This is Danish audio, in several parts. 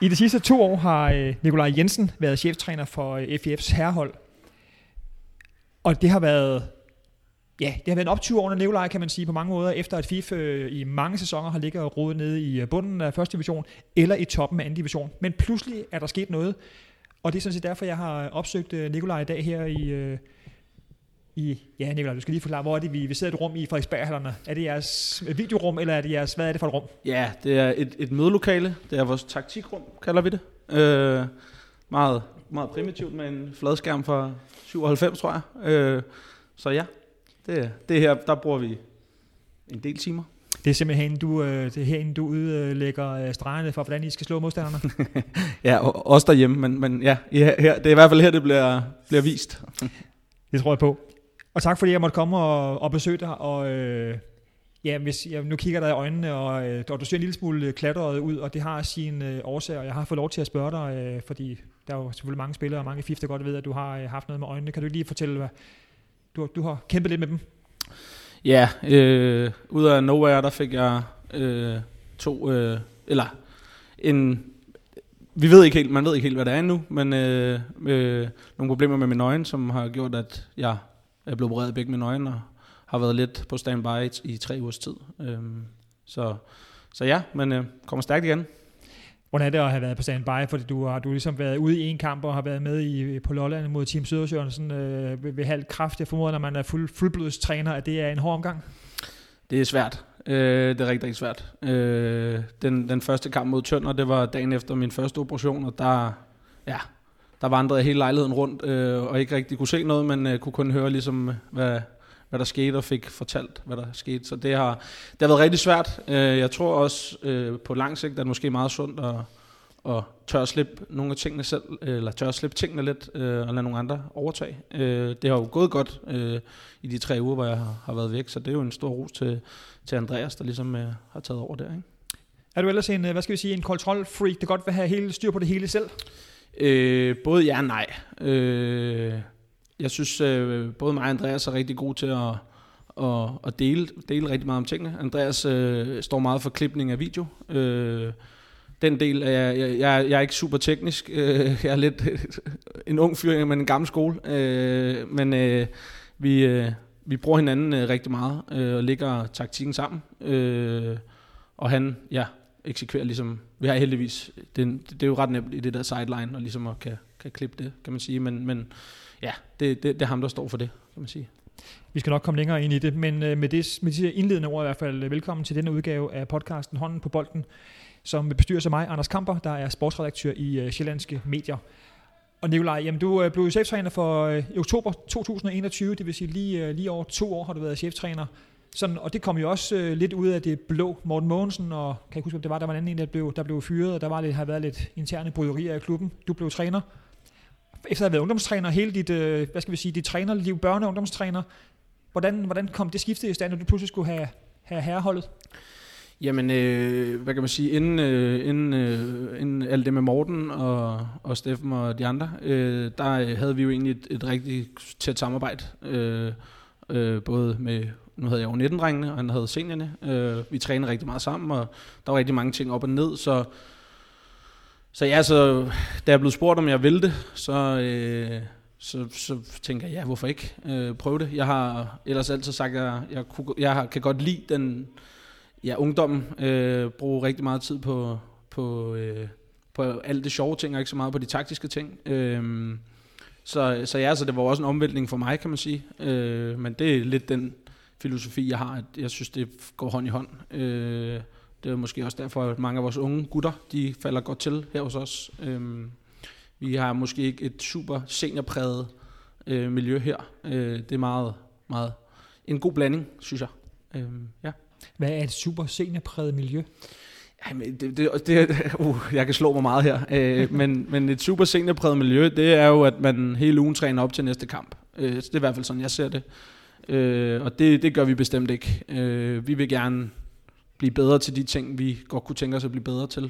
I de sidste 2 år har Nikolaj Jensen været cheftræner for FIF's herrehold. Og det har været en optur under Nikolaj, kan man sige, på mange måder, efter at FIF i mange sæsoner har ligget og rodet nede i bunden af første division, eller i toppen af anden division. Men pludselig er der sket noget, og det er sådan set derfor, jeg har opsøgt Nikolaj i dag her ja, Nikolaj, du skal lige forklare, hvor er det, vi sidder i et rum i Frederiksberghallerne? Er det jeres videorum, eller er det jeres, hvad er det for et rum? Ja, det er et mødelokale. Det er vores taktikrum, kalder vi det. Meget, meget primitivt med en fladskærm fra 97, tror jeg. Så ja, det her, der bruger vi en del timer. Det er simpelthen herinde, du udlægger stregerne for, hvordan I skal slå modstanderne? Ja, også derhjemme, men ja, her, det er i hvert fald her, det bliver vist. Det tror jeg på. Og tak fordi jeg måtte komme og besøge dig, og hvis jeg nu kigger dig i øjnene, og du ser en lille smule klatret ud, og det har sine årsager, og jeg har fået lov til at spørge dig, fordi der er jo selvfølgelig mange spillere og mange FIF, der godt ved, at du har haft noget med øjnene. Kan du lige fortælle, hvad du har kæmpet lidt med dem? Ja, ud af nowhere, der fik jeg man ved ikke helt, hvad det er endnu, men nogle problemer med mine øjne, som har gjort, at jeg er blevet opereret i begge mine øjne, og har været lidt på standby i 3 ugers tid. Så ja, men kommer stærkt igen. Hvordan er det at have været på standby? Fordi du har ligesom været ude i en kamp og har været med på Lolland mod Team Sødersjøen ved halv kraft. Jeg formoder, når man er fuldblodstræner, at det er en hård omgang? Det er svært. Det er rigtig, rigtig svært. Den første kamp mod Tønder, det var dagen efter min første operation, og der vandrede jeg hele lejligheden rundt, og ikke rigtig kunne se noget, men kunne kun høre ligesom, hvad der skete, og fik fortalt, hvad der skete. Så det har været rigtig svært. Jeg tror også, på lang sigt, at det måske meget sundt at tør slippe nogle af tingene selv, eller tør slippe tingene lidt, og lade nogle andre overtage. Det har jo gået godt i de 3 uger, hvor jeg har været væk, så det er jo en stor ros til Andreas, der ligesom har taget over der, ikke? Er du ellers en kontrolfreak, der godt vil have hele styr på det hele selv? Både ja og nej. Jeg synes, både mig og Andreas er rigtig gode til at dele rigtig meget om tingene. Andreas står meget for klipning af video. Den del jeg er ikke super teknisk. Jeg er lidt en ung fyr med en gammel skole. Men vi bruger hinanden rigtig meget og lægger taktikken sammen. Og han, eksekverer ligesom. Vi har heldigvis, det er jo ret nemt i det der sideline, og ligesom at kan klippe det, kan man sige. Men ja, det er ham, der står for det, kan man sige. Vi skal nok komme længere ind i det, men med disse indledende ord i hvert fald, velkommen til denne udgave af podcasten Hånden på bolden, som bestyres af mig, Anders Kamper, der er sportsredaktør i Sjællandske Medier. Og Nikolaj, jamen du blev cheftræner for i oktober 2021, det vil sige lige over 2 år har du været cheftræner. Sådan, og det kom jo også lidt ud af det blå. Morten Mogensen, og kan jeg huske, der var en anden en, der blev fyret, og der har været lidt interne bryderier i klubben. Du blev træner. Efter at have været ungdomstræner, hele dit trænerliv, børne- og ungdomstræner, hvordan kom det skifte i stand, når du pludselig skulle have herreholdet? Jamen, hvad kan man sige, inden alt det med Morten og Steffen og de andre, der havde vi jo egentlig et rigtig tæt samarbejde, både med, nu havde jeg jo 19-drengene, og han havde seniorerne. Vi trænede rigtig meget sammen, og der var rigtig mange ting op og ned, så da jeg blev spurgt, om jeg ville det, så tænker jeg, hvorfor ikke prøve det. Jeg har ellers altid sagt, at jeg kan godt lide den ungdommen, bruge rigtig meget tid på alt det sjove ting, og ikke så meget på de taktiske ting. Så det var også en omvæltning for mig, kan man sige. Men det er lidt den filosofi, jeg har, at jeg synes, det går hånd i hånd. Det er måske også derfor, at mange af vores unge gutter, de falder godt til her hos os. Vi har måske ikke et super seniorpræget miljø her. Det er meget, meget en god blanding, synes jeg. Ja. Hvad er et super seniorpræget miljø? Jamen, jeg kan slå mig meget her. Men et super seniorpræget miljø, det er jo, at man hele ugen træner op til næste kamp. Det er i hvert fald sådan, jeg ser det. Og det gør vi bestemt ikke. Vi vil gerne blive bedre til de ting, vi godt kunne tænke os at blive bedre til.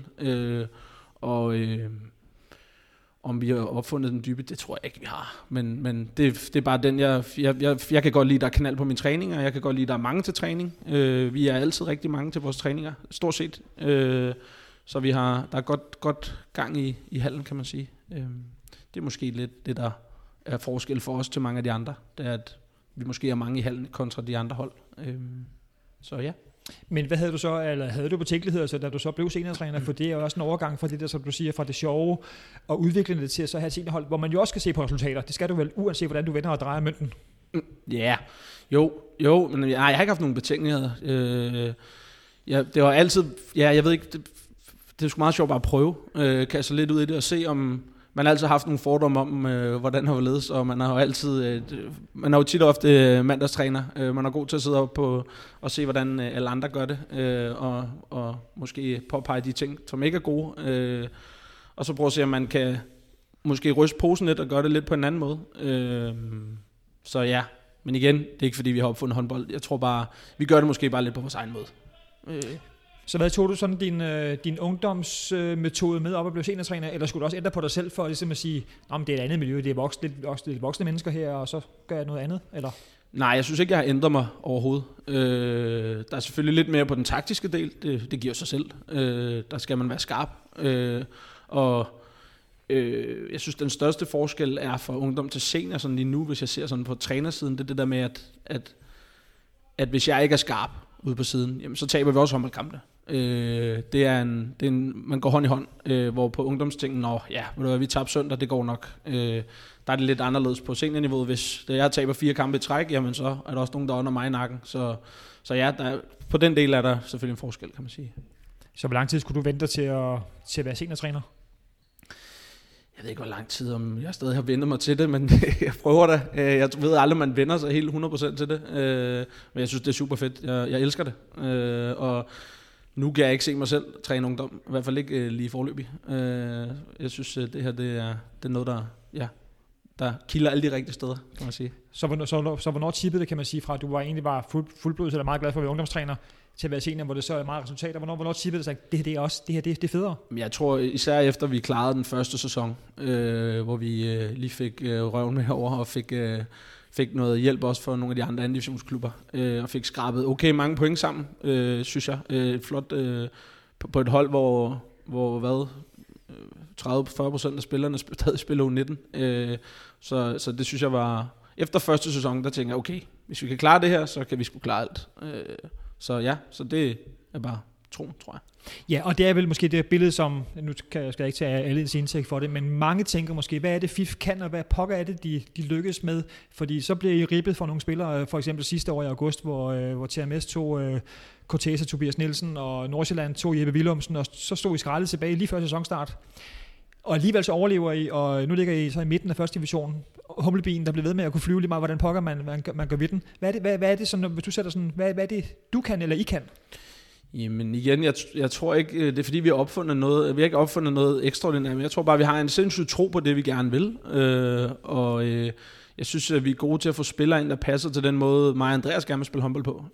Om vi har opfundet den dybe, det tror jeg ikke, vi har. Men det er bare den, jeg kan godt lide, der er knald på mine træninger. Jeg kan godt lide, der er mange til træning. Vi er altid rigtig mange til vores træninger, stort set. Så der er godt gang i hallen, kan man sige. Det er måske lidt det, der er forskel for os til mange af de andre. Det er, at vi måske er mange i hallen kontra de andre hold. Så ja. Men hvad havde du så, eller havde du betænkeligheder, så da du så blev seniortræner? For det er jo også en overgang fra det der, som du siger, fra det sjove og udvikle det til at så have et seniorhold, hvor man jo også skal se på resultater. Det skal du vel, uanset hvordan du vender og drejer mønten. Ja, jo, men jeg har ikke haft nogen betænkeligheder. Det var altid, jeg ved ikke, det er sgu meget sjovt bare at prøve, kaste lidt ud i det og se, om man har altid haft nogle fordomme om, hvordan det har ledes, og man har jo tit og ofte mandagstræner. Man er god til at sidde op på og se, hvordan alle andre gør det, og måske påpege de ting, som ikke er gode, og så prøve at se, om man kan måske ryste posen lidt og gøre det lidt på en anden måde. Så ja, men igen, det er ikke fordi, vi har opfundet håndbold. Jeg tror bare, vi gør det måske bare lidt på vores egen måde. Så hvad tog du sådan din ungdomsmetode med op og blev seniortræner, eller skulle du også ændre på dig selv for ligesom at sige, det er et andet miljø, det er voksne mennesker her, og så gør jeg noget andet, eller? Nej, jeg synes ikke, jeg har ændret mig overhovedet. Der er selvfølgelig lidt mere på den taktiske del, det giver sig selv. Der skal man være skarp. Jeg synes, den største forskel er fra ungdom til senior, sådan lige nu, hvis jeg ser sådan på trænersiden, det er det der med, at hvis jeg ikke er skarp ude på siden, jamen, så taber vi også håndboldkampene. Man går hånd i hånd, hvor på ungdomstingen, vi tabte søndag, det går nok. Der er det lidt anderledes på seniorniveauet. Hvis jeg taber 4 kampe i træk, jamen så er der også nogen, der under mig i nakken. Så ja, på den del er der selvfølgelig en forskel, kan man sige. Så hvor lang tid skulle du vente til at være seniortræner? Jeg ved ikke, hvor lang tid, om jeg stadig har ventet mig til det, men jeg prøver det. Jeg ved aldrig, man vender sig helt 100% til det. Men jeg synes, det er super fedt. Jeg elsker det. Og nu kan jeg ikke se mig selv træne ungdom. I hvert fald ikke lige forløbig. Jeg synes, det her det er noget, der kilder alle de rigtige steder, kan man sige. Så hvornår tippede det, kan man sige, fra at du egentlig var fuldblods eller meget glad for at være ungdomstræner, til at være senior, hvor det så er meget resultater? Hvornår tippede det sig, det er federe? Jeg tror især efter vi klarede den første sæson, hvor vi lige fik røven med over og fik noget hjælp også for nogle af de andre divisionsklubber, og fik skrabet okay mange point sammen, synes jeg. Flot på et hold, hvor 30-40% af spillerne stadig spiller U19. Så det synes jeg var... Efter første sæson, der tænkte jeg, okay, hvis vi kan klare det her, så kan vi sgu klare alt. Så det er bare troen, tror jeg. Ja, og det er vel måske det billede, som, nu skal jeg ikke tage alle ens indtægt for det, men mange tænker måske, hvad er det FIF kan, og hvad pokker er det, de lykkes med? Fordi så bliver I ribbet for nogle spillere, for eksempel sidste år i august, hvor TMS tog Cortez, Tobias Nielsen, og Nordsjælland tog Jeppe Willumsen, og så stod I skrællet tilbage lige før sæsonstart. Og alligevel så overlever I, og nu ligger I så i midten af første division. Humlebien, der bliver ved med at kunne flyve lige meget, hvordan pokker man gør ved den. Hvad er det sådan, hvis du sætter sådan, hvad er det, du kan eller I kan? Jamen igen, jeg tror ikke, det er fordi vi har opfundet noget, vi har ikke opfundet noget ekstraordinært, men jeg tror bare, vi har en sindssygt tro på det, vi gerne vil. Jeg synes, at vi er gode til at få spillere ind, der passer til den måde, mig og Andreas gerne vil spille håndbold på.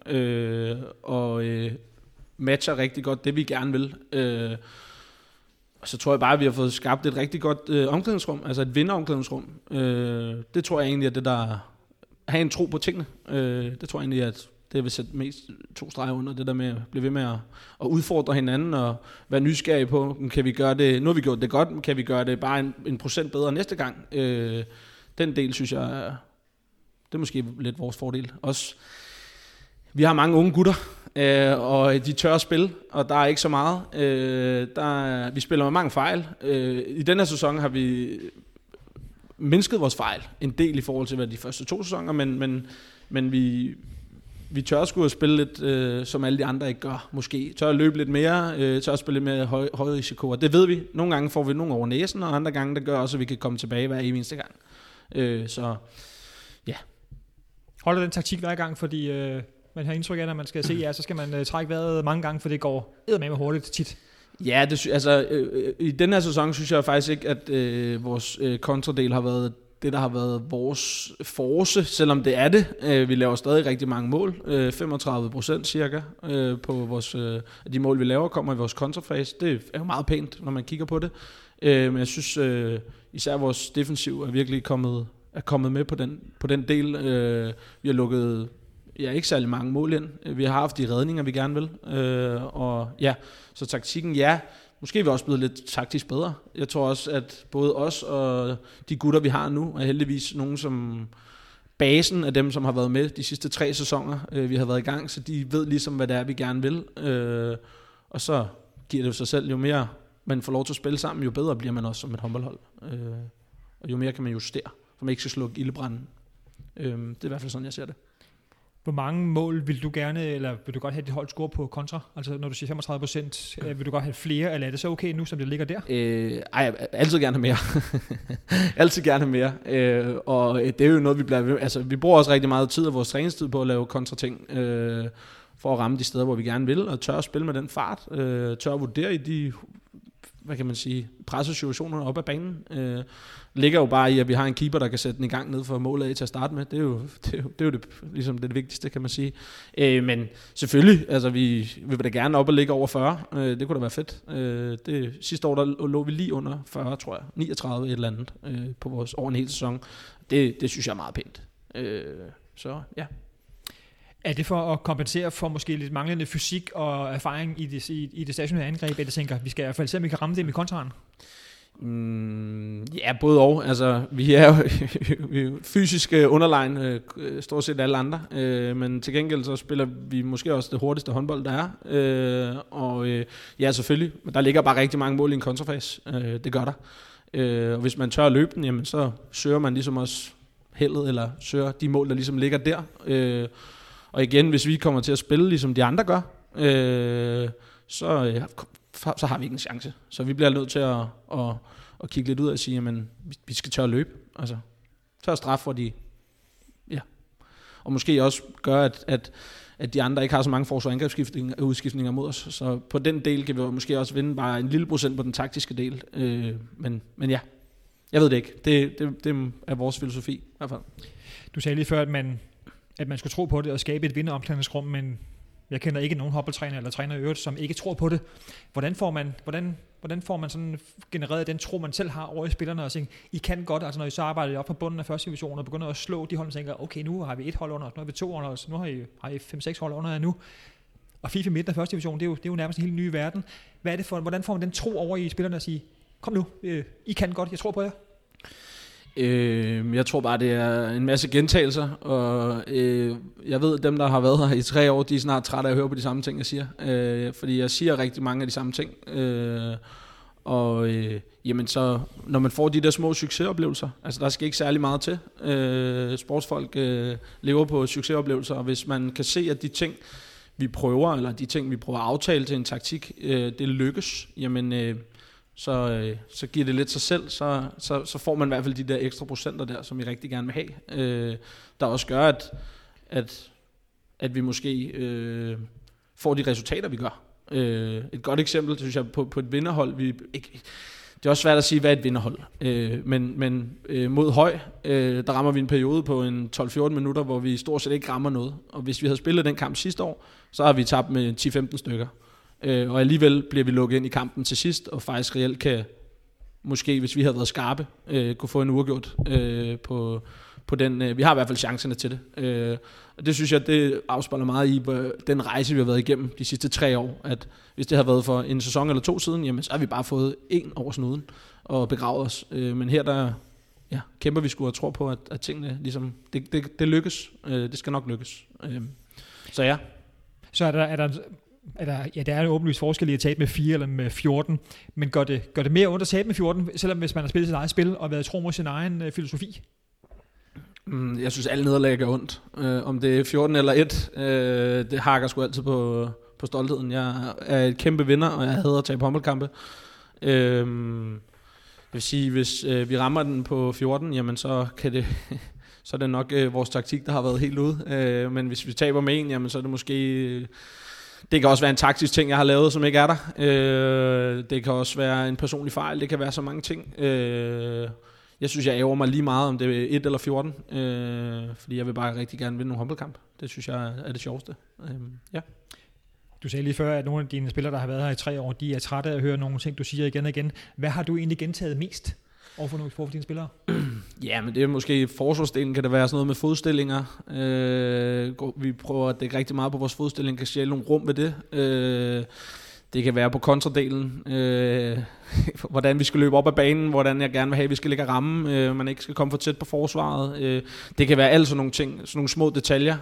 Matcher rigtig godt det, vi gerne vil. Og så tror jeg bare, at vi har fået skabt et rigtig godt omklædningsrum, altså et vinderomklædningsrum. Det tror jeg egentlig er det, der har en tro på tingene. Det tror jeg egentlig, at det vil sætte mest 2 streger under, det der med at blive ved med at udfordre hinanden og være nysgerrig på, kan vi gøre det, nu har vi gjort det godt, kan vi gøre det bare en procent bedre næste gang. Den del, synes jeg, det er måske lidt vores fordel. Også, vi har mange unge gutter, og de tør at spille, og der er ikke så meget. Vi spiller med mange fejl. I denne sæson har vi mindsket vores fejl en del i forhold til hvad de første 2 sæsoner, men vi tør sgu at spille lidt, som alle de andre ikke gør, måske. Tør at løbe lidt mere, tør at spille lidt mere høj risiko, og det ved vi. Nogle gange får vi nogle over næsen, og andre gange, det gør også, at vi kan komme tilbage hver eneste gang. Så ja. Holder den taktik hver gang, fordi man har indtryk af, når man skal se så skal man trække vejret mange gange, for det går eddermame hurtigt tit. Ja, i den her sæson synes jeg faktisk ikke, at vores kontradel har været det, der har været vores force, selvom det er det. Vi laver stadig rigtig mange mål. 35% cirka på vores, de mål, vi laver, kommer i vores kontrafase. Det er jo meget pænt, når man kigger på det. Men jeg synes, især vores defensiv er virkelig kommet med på den del. Vi har lukket ikke særlig mange mål ind. Vi har haft de redninger, vi gerne vil. Så taktikken, måske er vi også blevet lidt taktisk bedre. Jeg tror også, at både os og de gutter, vi har nu, er heldigvis nogen, som basen af dem, som har været med de sidste 3 sæsoner, vi har været i gang, så de ved ligesom, hvad det er, vi gerne vil. Og så giver det jo sig selv, jo mere man får lov til at spille sammen, jo bedre bliver man også som et håndboldhold. Og jo mere kan man justere, for man ikke skal slukke ildebranden. Det er i hvert fald sådan, jeg ser det. Hvor mange mål vil du gerne, eller vil du godt have dit hold score på kontra? Altså når du siger 35%, vil du godt have flere, eller er det så okay nu, som det ligger der? Altid gerne have mere. Altid gerne have mere. Og det er jo noget, vi bliver ved. Altså, vi bruger også rigtig meget tid af vores træningstid på at lave kontrating, for at ramme de steder, hvor vi gerne vil, og tør at spille med den fart, tør at vurdere i de, hvad kan man sige, pressesituationer op ad banen. Ligger jo bare i, at vi har en keeper, der kan sætte den i gang ned for målet af til at starte med. Det er jo det, ligesom det vigtigste, kan man sige. Men selvfølgelig, altså vi vil da gerne op og ligge over 40. Det kunne da være fedt. Sidste år, der lå vi lige under 40, tror jeg. 39 et eller andet på vores over en hel sæson. Det synes jeg er meget pænt. Så ja. Er det for at kompensere for måske lidt manglende fysik og erfaring i det stationære angreb, eller tænker, vi skal i hvert fald se, om vi kan ramme det med kontraren? Ja, både og. Altså, vi er jo fysisk underlegen stort set alle andre, men til gengæld så spiller vi måske også det hurtigste håndbold, der er. Ja, selvfølgelig. Der ligger bare rigtig mange mål i en kontrafase. Det gør der. Og hvis man tør at løbe den, jamen, så søger man ligesom også heldet, eller søger de mål, der ligesom ligger der. Og igen, hvis vi kommer til at spille, ligesom de andre gør, så har vi ikke en chance. Så vi bliver nødt til at kigge lidt ud og sige, at vi skal tør at løbe. Altså, tør at straffe, hvor de... Ja. Og måske også gøre, at de andre ikke har så mange forsvar- og angrebsudskiftninger mod os. Så på den del kan vi måske også vinde bare en lille procent på den taktiske del. Men ja, jeg ved det ikke. Det er vores filosofi i hvert fald. Du sagde lige før, at man skulle tro på det og skabe et vinderomklædningsrum, men jeg kender ikke nogen håndboldtræner eller træner i øvrigt, som ikke tror på det. Hvordan får man sådan genereret den tro, man selv har over i spillerne, og tænker, I kan godt, altså når I så arbejder op på bunden af første division og begynder at slå de hold, og tænker, okay, nu har vi 1 hold under os, nu har vi 2 under os, nu har I 5-6 hold under jer nu. Og FIFA midten af første division, det er jo nærmest en helt ny verden. Hvordan får man den tro over i spillerne og sige, kom nu, I kan godt, jeg tror på jer? Jeg tror bare, det er en masse gentagelser, og jeg ved, at dem, der har været her i 3 år, de er snart trætte af at høre på de samme ting, jeg siger. Fordi jeg siger rigtig mange af de samme ting. Jamen så, når man får de der små succesoplevelser, altså der skal ikke særlig meget til. Sportsfolk lever på succesoplevelser, og hvis man kan se, at de ting, vi prøver, eller de ting, vi prøver at aftale til en taktik, det lykkes, jamen... Så giver det lidt sig selv, så får man i hvert fald de der ekstra procenter der, som vi rigtig gerne vil have. Der også gør, at vi måske får de resultater, vi gør. Et godt eksempel, synes jeg, på et vinderhold. Det er også svært at sige, hvad er et vinderhold. Men mod Høj, der rammer vi en periode på en 12-14 minutter, hvor vi stort set ikke rammer noget. Og hvis vi havde spillet den kamp sidste år, så har vi tabt med 10-15 stykker. Og alligevel bliver vi lukket ind i kampen til sidst, og faktisk reelt kan, måske hvis vi havde været skarpe, kunne få en uafgjort på den. Vi har i hvert fald chancerne til det. Og det synes jeg, det afspejler meget i den rejse, vi har været igennem de sidste 3 år. At hvis det har været for en sæson eller 2 siden, jamen, så har vi bare fået 1 over snuden og begravet os. Men her der kæmper vi sgu og tror på, at tingene ligesom, det lykkes. Det skal nok lykkes. Så ja. Så er der er en åbenlyst forskel i at tabe med 4 eller med 14, men gør det mere ondt at tabe med 14, selvom hvis man har spillet sit eget spil og været tro mod sin egen filosofi? Jeg synes, alle nederlag gør ondt. Om det er 14 eller 1, det hakker sgu altid på stoltheden. Jeg er et kæmpe vinder, og jeg hader at tabe håndboldkampe. Jeg vil sige, hvis vi rammer den på 14, jamen så kan det... så er det nok vores taktik, der har været helt ude. Men hvis vi taber med 1, jamen så er det måske... Det kan også være en taktisk ting, jeg har lavet, som ikke er der. Det kan også være en personlig fejl. Det kan være så mange ting. Jeg synes, jeg ærger mig lige meget, om det er 1 eller 14. Fordi jeg vil bare rigtig gerne vinde nogle håndboldkamp. Det synes jeg er det sjoveste. Ja. Du sagde lige før, at nogle af dine spillere, der har været her i 3 år, de er trætte af at høre nogle ting, du siger igen og igen. Hvad har du egentlig gentaget mest overfor dine spillere? Ja, men det er måske forsvarsdelen, kan det være sådan noget med fodstillinger. Vi prøver at dække rigtig meget på vores fodstilling, kan stjæle nogle rum ved det. Det kan være på kontradelen, hvordan vi skal løbe op ad banen, hvordan jeg gerne vil have, at vi skal ligge og ramme, man ikke skal komme for tæt på forsvaret. Det kan være alt sådan nogle ting, sådan nogle små detaljer.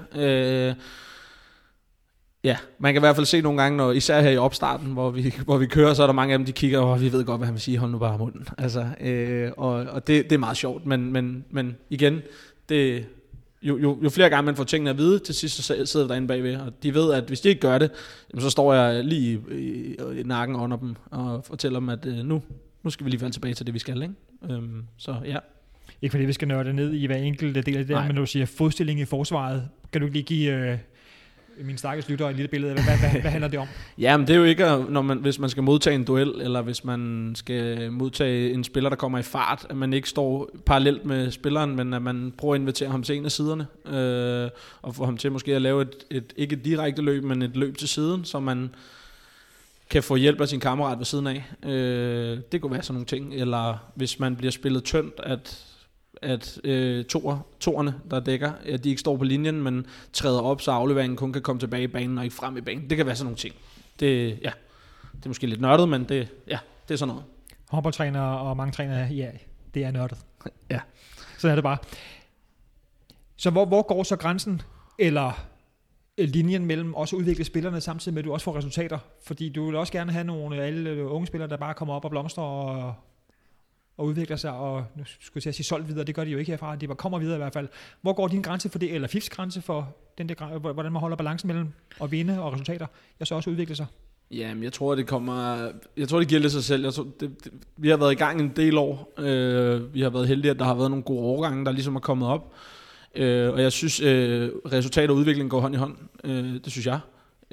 Ja, man kan i hvert fald se nogle gange, når, især her i opstarten, hvor vi kører, så er der mange af dem, de kigger, og vi ved godt, hvad han vil sige, hold nu bare munden. Altså, og det er meget sjovt, men igen, det jo flere gange man får tingene at vide, til sidst så sidder der derinde bagved, og de ved, at hvis de ikke gør det, så står jeg lige i nakken under dem, og fortæller dem, at nu skal vi lige falde tilbage til det, vi skal, ikke? Så ja. Ikke fordi vi skal nørde ned i hver enkelt del af det der, men når du siger fodstilling i forsvaret, kan du ikke lige give min stakkels lytter et lille billede af, hvad handler det om? Ja, men det er jo ikke, hvis man skal modtage en duel, eller hvis man skal modtage en spiller, der kommer i fart, at man ikke står parallelt med spilleren, men at man prøver at invitere ham til en af siderne, og få ham til måske at lave ikke et direkte løb, men et løb til siden, så man kan få hjælp af sin kammerat ved siden af. Det kunne være sådan nogle ting. Eller hvis man bliver spillet tyndt, at toerne, der dækker, at de ikke står på linjen, men træder op, så afleveringen kun kan komme tilbage i banen og ikke frem i banen. Det kan være sådan nogle ting. Det er måske lidt nørdet, men det er sådan noget. Håndboldtræner og mange trænere, ja, det er nørdet. Ja. Sådan er det bare. Så hvor går så grænsen, eller linjen mellem også at udvikle spillerne, samtidig med, at du også får resultater? Fordi du vil også gerne have nogle alle unge spillere, der bare kommer op og blomstrer og udvikler sig, og nu skulle jeg sige solgt videre, det gør de jo ikke herfra, de bare kommer videre i hvert fald. Hvor går din grænse for det, eller FIFs grænse for den der, hvordan man holder balancen mellem at vinde og resultater, og så også udvikle sig? Jamen, jeg tror, det giver lidt sig selv. Vi har været i gang en del år. Vi har været heldige, at der har været nogle gode årgange, der ligesom er kommet op. Og jeg synes, resultat og udvikling går hånd i hånd. Det synes jeg.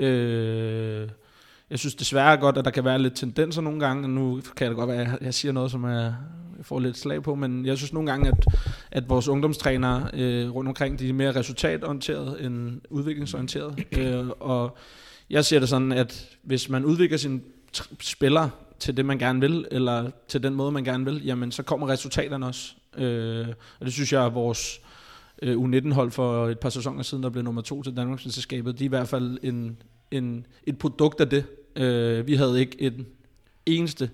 Jeg synes desværre godt, at der kan være lidt tendenser nogle gange. Nu kan det godt være, at jeg siger noget, som jeg får lidt slag på, men jeg synes nogle gange, at vores ungdomstrænere rundt omkring, de er mere resultatorienteret end udviklingsorienteret. Og jeg ser det sådan, at hvis man udvikler sine spillere til det, man gerne vil, eller til den måde, man gerne vil, jamen så kommer resultaterne også. Og det synes jeg, at vores U19-hold for et par sæsoner siden, der blev nummer 2 til Danmarksmesterskabet, de er i hvert fald et produkt af det. Vi havde ikke en eneste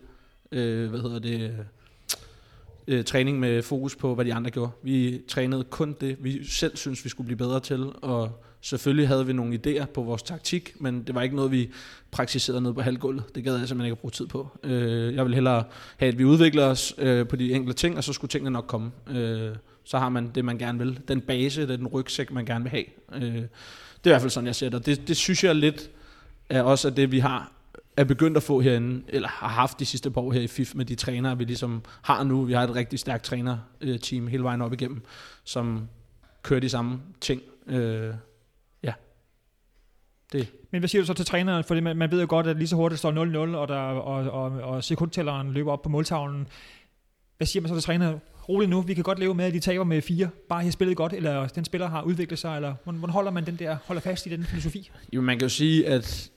træning med fokus på, hvad de andre gjorde. Vi trænede kun det, vi selv synes vi skulle blive bedre til, og selvfølgelig havde vi nogle idéer på vores taktik, men det var ikke noget, vi praktiserede ned på halvgulvet. Det gad jeg simpelthen ikke at bruge tid på. Jeg vil hellere have, at vi udvikler os på de enkelte ting, og så skulle tingene nok komme. Så har man det, man gerne vil. Den base, den rygsæk, man gerne vil have. Det er i hvert fald sådan, jeg ser det. Det synes jeg lidt er også af det, vi er begyndt at få herinde, eller har haft de sidste par år her i FIF med de trænere, vi ligesom har nu. Vi har et rigtig stærkt trænerteam hele vejen op igennem, som kører de samme ting. Det. Men hvad siger du så til træneren? Fordi man ved jo godt, at lige så hurtigt står 0-0, og sekundtælleren løber op på måltavlen. Hvad siger man så til træneren? Rolig nu, vi kan godt leve med, at de taber med 4. Bare har spillet godt, eller den spiller har udviklet sig, eller hvordan holder man holder fast i den filosofi? Jo, man kan jo sige, at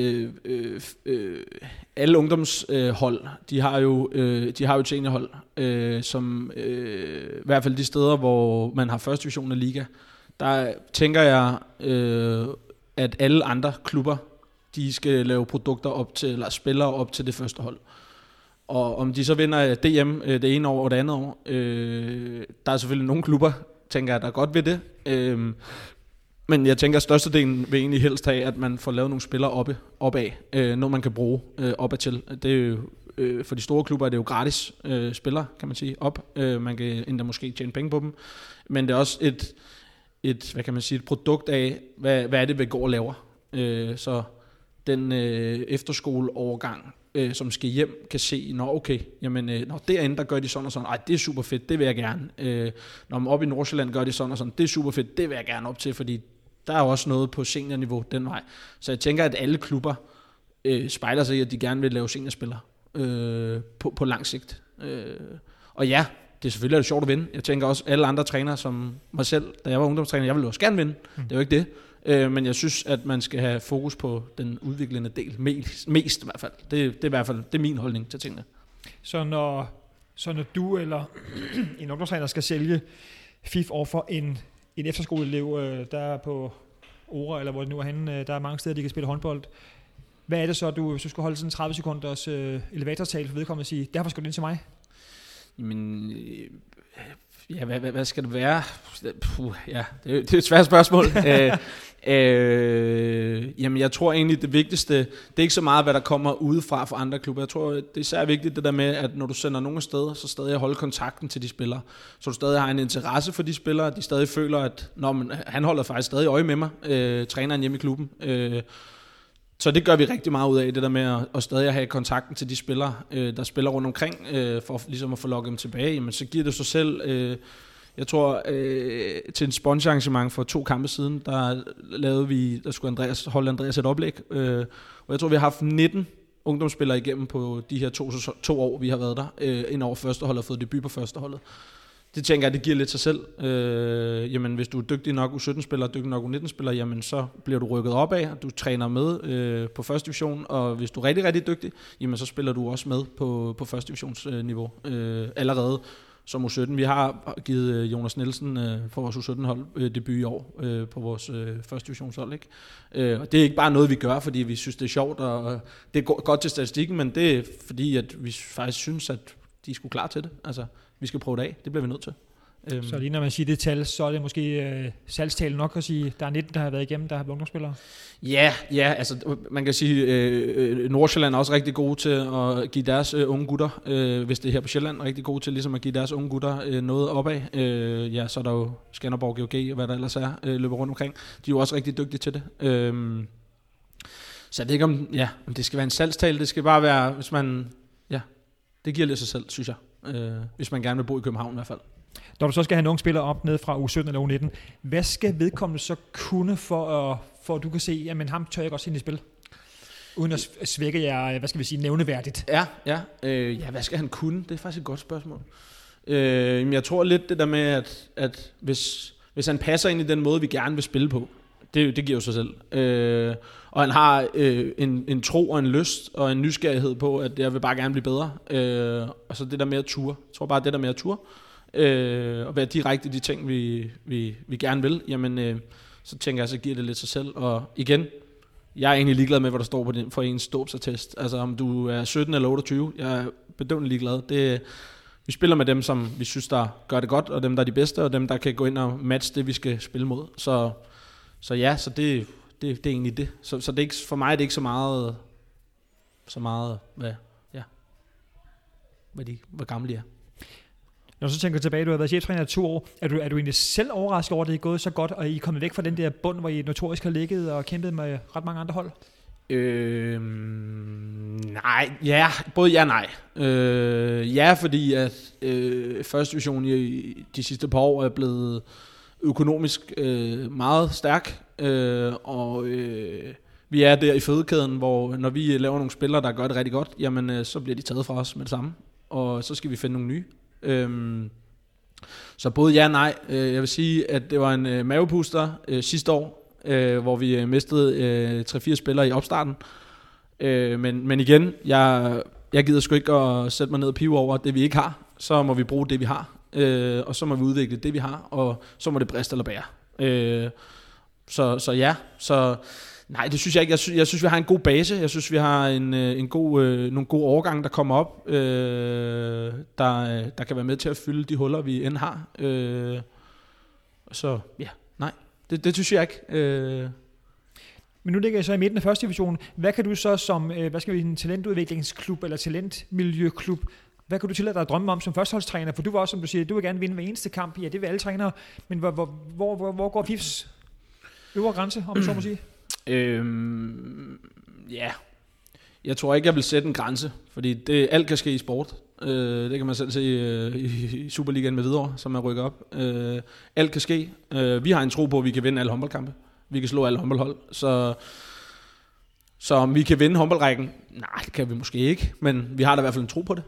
alle ungdomshold, de har jo seniorhold, som i hvert fald de steder, hvor man har første division af liga, der tænker jeg, at alle andre klubber, de skal lave produkter op til, eller spillere op til det første hold. Og om de så vinder DM det ene år og det andet år, der er selvfølgelig nogle klubber, tænker jeg, der er godt ved det. Men jeg tænker, at størstedelen vil egentlig helst have, at man får lavet nogle spillere opad, noget man kan bruge opad til. Det er jo, for de store klubber er det jo gratis spillere, kan man sige, op. Man kan endda måske tjene penge på dem. Men det er også et produkt af, hvad er det, vi går og laver. Så den efterskoleovergang, som skal hjem, kan se, derinde, der gør de sådan og sådan, det er super fedt, det vil jeg gerne. Når man oppe i Nordsjælland gør de sådan og sådan, det er super fedt, det vil jeg gerne op til, fordi der er også noget på seniorniveau den vej. Så jeg tænker, at alle klubber spejler sig i, at de gerne vil lave seniorspillere på lang sigt. Og ja, det er selvfølgelig sjovt at vinde. Jeg tænker også, alle andre trænere som mig selv, da jeg var ungdomstræner, jeg ville også gerne vinde. Det er jo ikke det. Men jeg synes, at man skal have fokus på den udviklende del, mest i hvert fald. Det er i hvert fald det er min holdning til tingene. Så når du eller en ungdomstræner skal sælge FIF over for en efterskoleelev, der er på Ora, eller hvor det nu er henne, der er mange steder, de kan spille håndbold. Hvad er det så, hvis du skal holde sådan en 30 sekunders elevatortale for vedkommende og sige, derfor skal du ind til mig? Jamen, ja, hvad skal det være? Ja, det er et svært spørgsmål. Jamen, jeg tror egentlig, det vigtigste, det er ikke så meget, hvad der kommer udefra fra andre klubber. Jeg tror, det er især vigtigt det der med, at når du sender nogen afsted, så stadig holde kontakten til de spillere. Så du stadig har en interesse for de spillere, de stadig føler, at han holder faktisk stadig øje med mig, træneren hjemme i klubben. Så det gør vi rigtig meget ud af, det der med at stadig have kontakten til de spillere, der spiller rundt omkring, for ligesom at få lukket dem tilbage. Jamen, så giver det sig selv. Jeg tror, til en sponsorarrangement for 2 kampe siden, der skulle holde Andreas et oplæg. Og jeg tror, vi har haft 19 ungdomsspillere igennem på de her 2 år, vi har været der, ind over førsteholdet og fået debut på førsteholdet. Det tænker jeg, det giver lidt sig selv. Jamen, hvis du er dygtig nok U17-spiller og dygtig nok U19-spiller, jamen, så bliver du rykket opad, og du træner med på første division, og hvis du er rigtig, rigtig dygtig, jamen, så spiller du også med på første divisionsniveau allerede som U17. Vi har givet Jonas Nielsen for vores U17-hold debut i år på vores første divisionshold. Ikke? Og det er ikke bare noget, vi gør, fordi vi synes, det er sjovt, og det er godt til statistikken, men det er fordi, at vi faktisk synes, at de er sgu klar til det. Altså, vi skal prøve det af. Det bliver vi nødt til. Så lige når man siger det tal, så er det måske salgstale nok at sige, der er 19, der har været igennem, der har været ungdomsspillere? Ja, altså man kan sige, Nordsjælland er også rigtig gode til at give deres unge gutter, hvis det er her på Sjælland, rigtig gode til ligesom at give deres unge gutter noget opad. Ja, så er der jo Skanderborg, GOG og hvad der ellers er, løber rundt omkring. De er jo også rigtig dygtige til det. Så det er ikke om det skal være en salgstale, det skal bare være, hvis man, det giver lidt sig selv, synes jeg. Hvis man gerne vil bo i København i hvert fald. Når du så skal have en ung spiller op ned fra U17 eller U19, hvad skal vedkommende så kunne for at du kan se, jamen ham tør jeg godt se ind i spil? Uden at svække jer, hvad skal vi sige, nævneværdigt. Ja, hvad skal han kunne? Det er faktisk et godt spørgsmål. Jeg tror lidt det der med, at hvis han passer ind i den måde, vi gerne vil spille på, det giver jo sig selv. Og han har en tro og en lyst og en nysgerrighed på, at jeg vil bare gerne blive bedre. Og så det der med at ture. Jeg tror bare, det der med at ture. Og være direkte i de ting, vi gerne vil. Jamen, så tænker jeg, så giver det lidt sig selv. Og igen, jeg er egentlig ligeglad med, hvad der står for ens dåbsattest. Altså om du er 17 eller 28, jeg er bedøvende ligeglad. Vi spiller med dem, som vi synes, der gør det godt, og dem, der er de bedste, og dem, der kan gå ind og matche det, vi skal spille mod. Så det er egentlig det. Så det er ikke, for mig er det ikke så meget hvor gamle de er. Når du så tænker tilbage, du har været cheftræner i 2 år, er du egentlig selv overrasket over, at det er gået så godt, og I er kommet væk fra den der bund, hvor I notorisk har ligget og kæmpet med ret mange andre hold? Nej, ja, både ja og nej. Ja, fordi at første division i de sidste par år er blevet økonomisk meget stærk, og vi er der i fødekæden, hvor når vi laver nogle spillere, der gør det rigtig godt, jamen så bliver de taget fra os med det samme, og så skal vi finde nogle nye. Så både ja og nej. Jeg vil sige, at det var en mavepuster sidste år, hvor vi mistede 3-4 spillere i opstarten. Men igen, jeg gider sgu ikke at sætte mig ned og pive over det, vi ikke har. Så må vi bruge det, vi har, og så må vi udvikle det, vi har, og så må det briste eller bære. Så ja, så nej, det synes jeg ikke. Jeg synes, vi har en god base. Jeg synes, vi har nogle gode årgange, der kommer op, der kan være med til at fylde de huller, vi end har. Så ja, nej, det synes jeg ikke. Men nu ligger jeg så i midten af første division. Hvad kan du så som en talentudviklingsklub eller talentmiljøklub, hvad kan du tillade dig at drømme om som førsteholdstræner? For du var også, som du siger, du vil gerne vinde hver eneste kamp. Ja, det vil alle trænere. Men hvor går FIFs øvre grænse, om du så må sige? Ja, jeg tror ikke, jeg vil sætte en grænse, fordi alt kan ske i sport. Det kan man selv se i Superligaen med Hvidovre, som er rykket op. Alt kan ske. Vi har en tro på, at vi kan vinde alle håndboldkampe. Vi kan slå alle håndboldhold. Så om vi kan vinde håndboldrækken? Nej, det kan vi måske ikke, men vi har da i hvert fald en tro på det.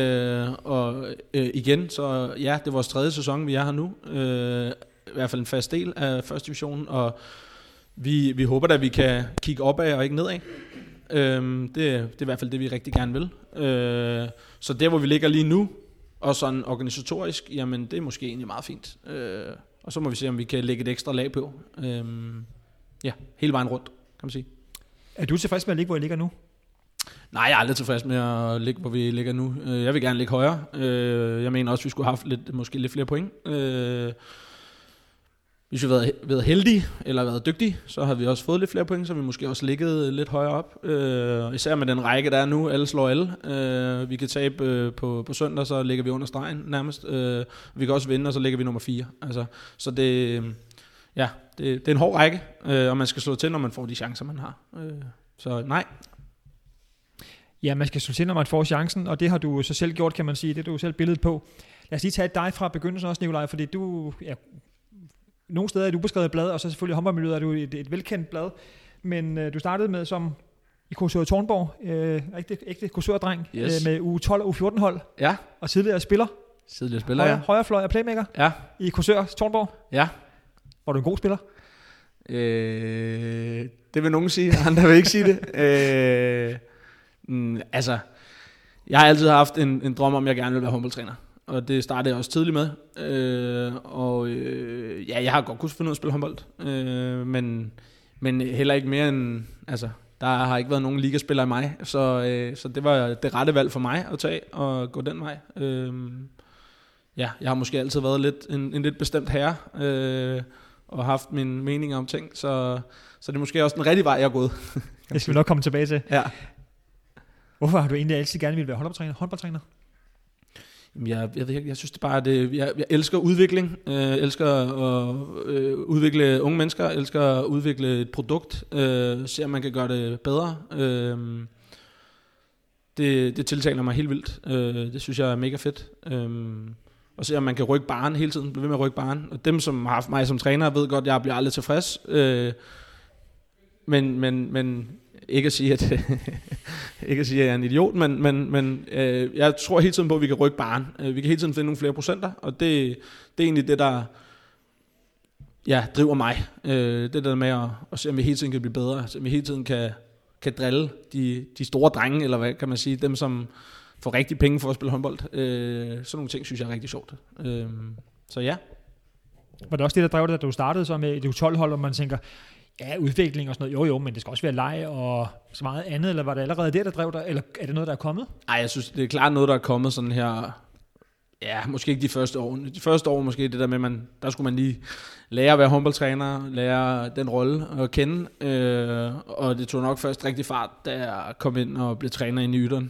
Igen, så ja, det er vores 3. sæson, vi er her nu. I hvert fald en fast del af første division, og vi håber da, at vi kan kigge opad og ikke nedad. Det er i hvert fald det, vi rigtig gerne vil. Så der, hvor vi ligger lige nu, og sådan organisatorisk, jamen det er måske egentlig meget fint. Og så må vi se, om vi kan lægge et ekstra lag på. Ja, hele vejen rundt, kan man sige. Er du tilfreds med at ligge, hvor I ligger nu? Nej, jeg er aldrig tilfreds med at ligge, hvor vi ligger nu. Jeg vil gerne ligge højere. Jeg mener også, at vi skulle have haft måske lidt flere point. Hvis vi havde været heldige eller været dygtige, så har vi også fået lidt flere point, så vi måske også ligget lidt højere op. Især med den række, der er nu, alle slår alle. Vi kan tabe på søndag, så ligger vi under stregen nærmest. Vi kan også vinde, og så ligger vi nummer 4. Altså, så det er en hård række, og man skal slå til, når man får de chancer, man har. Så nej. Ja, man skal slå til, når man får chancen, og det har du så selv gjort, kan man sige. Det er du selv billedet på. Lad os lige tage dig fra begyndelsen også, Nikolaj, fordi du... Ja, nogle steder er et ubeskrevet blad, og så selvfølgelig i håndboldmiljøet er du et velkendt blad. Men du startede med som i Korsør Tornborg, ægte Korsør-dreng, yes. Med U12 og U14 hold. Ja. Og tidligere spiller. Højrefløj og playmaker. Ja. I Korsør Tornborg. Ja. Var du en god spiller? Det vil nogen sige, andre vil ikke sige det. Altså, jeg har altid haft en drøm om, at jeg gerne vil være håndboldtræner. Og det startede jeg også tidligt med. Jeg har godt kunnet finde ud af at spille håndbold. Men heller ikke mere end... Altså, der har ikke været nogen ligaspiller i mig. Så det var det rette valg for mig at tage og gå den vej. Jeg har måske altid været lidt en lidt bestemt herre. Og haft mine meninger om ting. Så det er måske også den rigtige vej, jeg er gået. Det skal vi nok komme tilbage til. Ja. Hvorfor har du egentlig altid gerne ville være håndboldtræner? Jeg ved ikke, jeg synes det bare, jeg elsker udvikling, elsker at udvikle unge mennesker, elsker at udvikle et produkt, se om man kan gøre det bedre. Det tiltaler mig helt vildt. Det synes jeg er mega fedt. Og se om man kan rykke barren hele tiden, blive ved med at rykke barren. Og dem, som har haft mig som træner, ved godt, at jeg bliver aldrig tilfreds. Men ikke at sige, at jeg er en idiot, men jeg tror hele tiden på, at vi kan rykke barren. Vi kan hele tiden finde nogle flere procenter, og det er egentlig det, der driver mig. Det der med at se, om vi hele tiden kan blive bedre, så vi hele tiden kan drille de store drenge, eller hvad kan man sige, dem som får rigtig penge for at spille håndbold. Sådan nogle ting synes jeg er rigtig sjovt. Så ja. Var det også det, der drev dig, da du startede så med et U12-hold, og man tænker, ja, udvikling og sådan noget, jo, men det skal også være leg og så meget andet, eller var det allerede det, der drev dig, eller er det noget, der er kommet? Nej, jeg synes, det er klart noget, der er kommet sådan her, ja, måske ikke de første år. De første år måske det der med, der skulle man lige lære at være håndboldtræner, lære den rolle at kende, og det tog nok først rigtig fart, da jeg kom ind og blev træner inde i Yderen,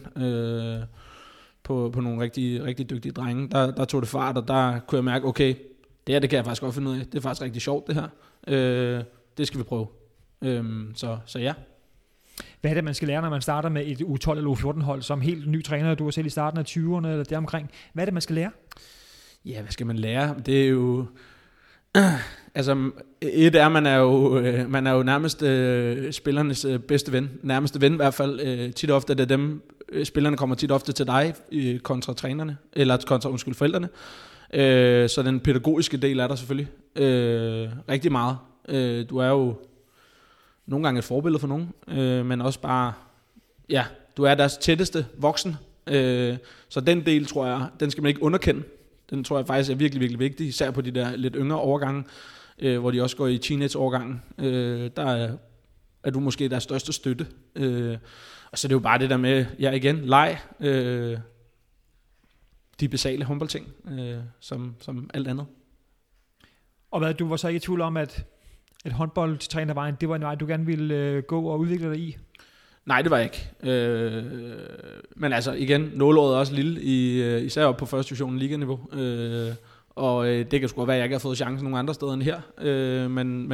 på nogle rigtig, rigtig dygtige drenge. Der tog det fart, og der kunne jeg mærke, okay, det kan jeg faktisk godt finde ud af. Det er faktisk rigtig sjovt, det her. Det skal vi prøve. Så ja. Hvad er det, man skal lære, når man starter med et U12 eller U14-hold, som helt ny træner? Du er selv i starten af 20'erne eller deromkring. Hvad er det, man skal lære? Ja, hvad skal man lære? Det er jo... Altså, man er jo nærmest spillernes bedste ven. Nærmeste ven i hvert fald. Tit og ofte er det dem... Spillerne kommer tit ofte til dig kontra trænerne, eller kontra forældrene. Så den pædagogiske del er der selvfølgelig rigtig meget. Du er jo nogle gange et forbillede for nogen, men også bare, ja, du er deres tætteste voksen. Så den del, tror jeg, den skal man ikke underkende. Den tror jeg faktisk er virkelig, virkelig vigtig, især på de der lidt yngre årgange, hvor de også går i teenage-årgangen. Der er du måske deres største støtte. Og så er det jo bare det der med, ja igen, leg, de basale håndboldting, som alt andet. Og hvad, du var så ikke i tvivl om, at håndboldtrænervejen, det var en vej, du gerne ville gå og udvikle dig i? Nej, det var jeg ikke. Men altså igen, nåleåret er også lille, især op på første division liganiveau. Og det kan sgu være, at jeg ikke har fået chancen nogle andre steder end her.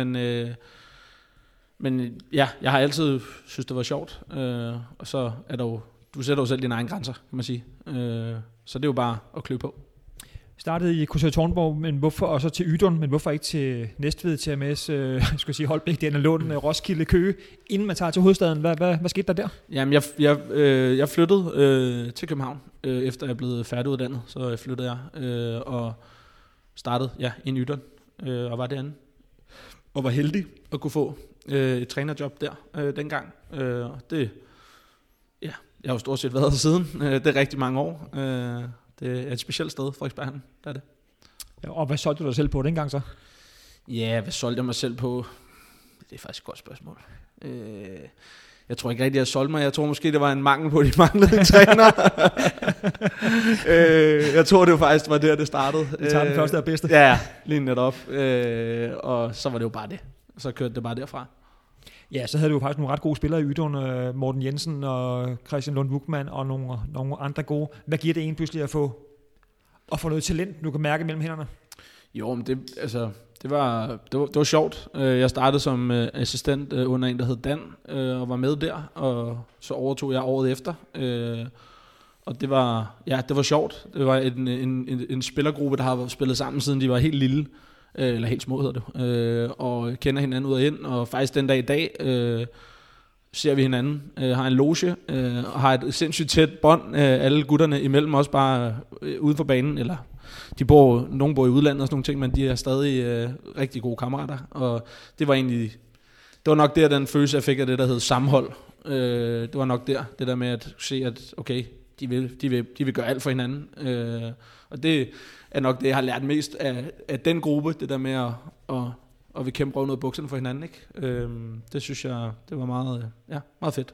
Men ja, jeg har altid synes det var sjovt. Og så er der jo, du sætter jo selv dine egne grænser, kan man sige. Så det er jo bare at klø på. Startede i Korsør Tornborg, men hvorfor og så til Ydun, men hvorfor ikke til Næstved, til AMS, skulle sige Holbæk, den er Lund, Roskilde, Køge, inden man tager til hovedstaden? Hvad skete der der? Jamen, jeg flyttede til København, efter jeg blev færdiguddannet, så flyttede jeg og startede i Ydun, og var derinde. Og var heldig at kunne få et trænerjob der dengang. Det, ja, jeg har jo stort set været der siden. Det er rigtig mange år. Det er et specielt sted, Frederiksberg, der er det. Ja, og hvad solgte du dig selv på dengang så? Ja, hvad solgte jeg mig selv på? Det er faktisk et godt spørgsmål. Jeg tror ikke rigtig, jeg solgte mig. Jeg tror måske, det var en mangel på de manglede en træner. Jeg tror, det faktisk var der, det startede. Vi tager den første og bedste. Ja, lige netop. Og så var det jo bare det. Så kørte det bare derfra. Ja, så havde du jo faktisk nogle ret gode spillere i Ydun, Morten Jensen og Christian Lund Wugman og nogle andre gode. Hvad giver det en pludselig at få noget talent, du kan mærke mellem hænderne? Jo, men det var sjovt. Jeg startede som assistent under en, der hed Dan, og var med der, og så overtog jeg året efter. Og det var sjovt. Det var en spillergruppe, der har spillet sammen, siden de var helt lille. Eller helt små hedder det, og kender hinanden ud og ind, og faktisk den dag i dag ser vi hinanden, har en loge, og har et sindssygt tæt bånd, alle gutterne imellem os bare uden for banen, eller nogen bor i udlandet og sådan nogle ting, men de er stadig rigtig gode kammerater, og det var nok der, den følelse jeg fik af det, der hed sammenhold. Det var nok der, det der med at se, at okay, de vil gøre alt for hinanden, og det er nok det, jeg har lært mest af den gruppe, det der med at vi kæmpe røven ud af bukserne for hinanden, ikke? Det synes jeg, det var meget fedt.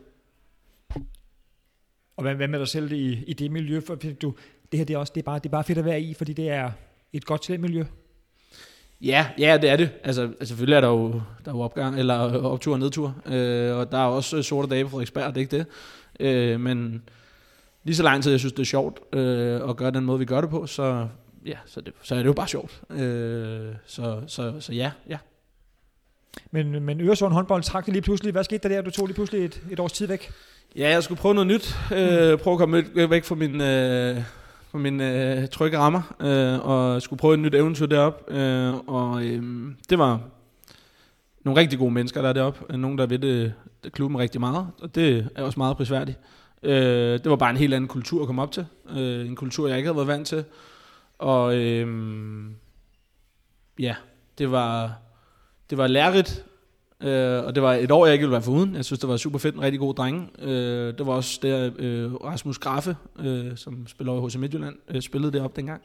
Og hvad med dig selv i det miljø? For det her det er bare fedt at være i, fordi det er et godt talentmiljø. Ja, det er det. Altså selvfølgelig er der jo opgang, eller optur og nedtur, og der er også sorte dage på Frederiksberg, det er ikke det. Men lige så lang tid, jeg synes, det er sjovt at gøre den måde, vi gør det på, så er det jo bare sjovt. Så ja. Men Øresund håndbold trak det lige pludselig. Hvad skete der? Du tog lige pludselig et års tid væk. Ja, jeg skulle prøve noget nyt. Prøve at komme væk fra min trygge rammer, og skulle prøve et nyt eventyr deroppe. Det var nogle rigtig gode mennesker, der er deroppe. Nogle, der ved det klubben rigtig meget, og det er også meget prisværdigt. Det var bare en helt anden kultur at komme op til. En kultur, jeg ikke havde været vant til. Og det var lærerigt, og det var et år, jeg ikke ville være foruden. Jeg synes, det var super fedt, en rigtig god drenge. Det var også der Rasmus Graffe, som spiller over hos Midtjylland, spillede deroppe dengang.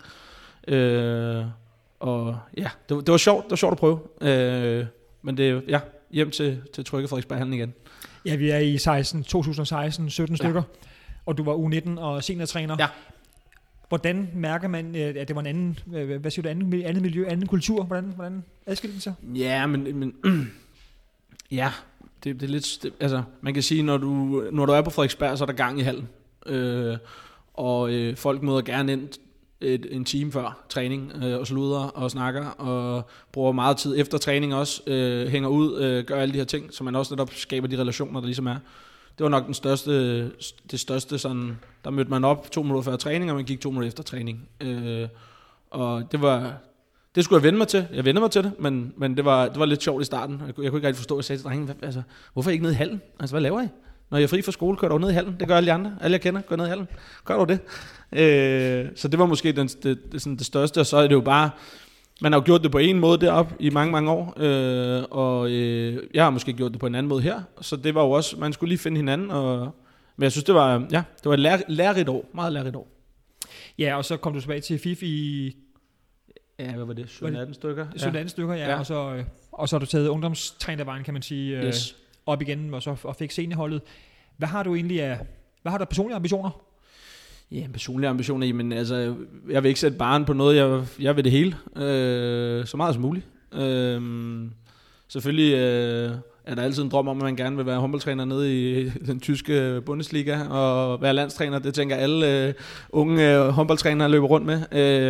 Og ja, det var sjovt. Det var sjovt at prøve. Men det hjem til Trygge Frederiksberghallen igen. Ja, vi er i 2016, 17 stykker, og du var U19 og seniortræner. Ja. Hvordan mærker man, at det var en anden, hvad siger du, andet miljø, anden kultur? Hvordan adskilte det sig? Ja, men ja, det er lidt, altså man kan sige, når du er på Frederiksberg, så er der gang i hallen, og folk møder gerne ind en time før træning og sluder og snakker og bruger meget tid efter træning også, hænger ud, gør alle de her ting, så man også netop skaber de relationer, der ligesom er. Det var nok det største sådan, der mødte man op 2 minutter før træning, og man gik 2 minutter efter træning. Og det skulle jeg vende mig til. Jeg vendte mig til det, men det var lidt sjovt i starten. Jeg kunne ikke rigtig forstå, at jeg sagde til drengen, hvorfor ikke ned i hallen? Altså, hvad laver I? Når jeg er fri fra skole, kører du ned i hallen. Det gør alle de andre. Alle jeg kender, går ned i hallen. Gør du det? Så det var måske det største, og så er det jo bare, man har jo gjort det på en måde deroppe i mange, mange år, og jeg har måske gjort det på en anden måde her, så det var jo også, man skulle lige finde hinanden, men jeg synes, det var et lærerigt år, meget lærerigt år. Ja, og så kom du tilbage til FIF i... Ja, hvad var det? 17-18 stykker? 17-18 stykker, ja. Og så har du taget ungdomstrænervejen, kan man sige, op igen, og fik seniorholdet. Hvad har du af personlige ambitioner? Ja, personlige ambitioner, jamen altså, jeg vil ikke sætte barren på noget, jeg vil det hele, så meget som muligt. Selvfølgelig er der altid en drøm om, at man gerne vil være håndboldtræner nede i den tyske Bundesliga, og være landstræner, det tænker alle unge håndboldtrænere løber rundt med.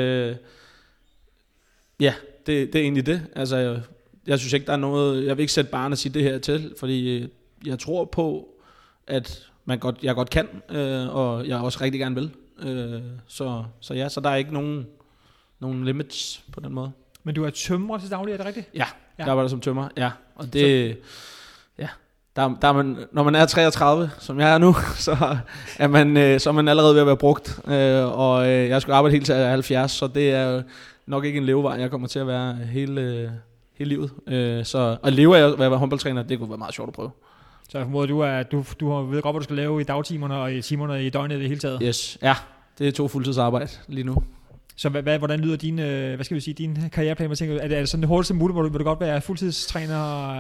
Ja, det er egentlig det. Altså, jeg synes ikke, der er noget, jeg vil ikke sætte barren og sige det her til, fordi jeg tror på, at jeg godt kan, og jeg også rigtig gerne vil. Så der er ikke nogen limits på den måde. Men du er tømrer til daglig, er det rigtigt? Ja, der var det som tømrer, ja. Og det, der er man, når man er 33, som jeg er nu, så er man allerede ved at være brugt. Og jeg skulle arbejde helt til 70, så det er nok ikke en levevej, jeg kommer til at være hele livet. Så at leve af at være håndboldtræner, det kunne være meget sjovt at prøve. Så jeg formoder, du ved godt, hvad du skal lave i dagtimerne og i timerne i døgnet i det hele taget? Yes, ja. Det er 2 fuldtidsarbejde lige nu. Så hvordan lyder din karriereplan? Er det sådan det hurtigste muligt, hvor du godt være fuldtidstræner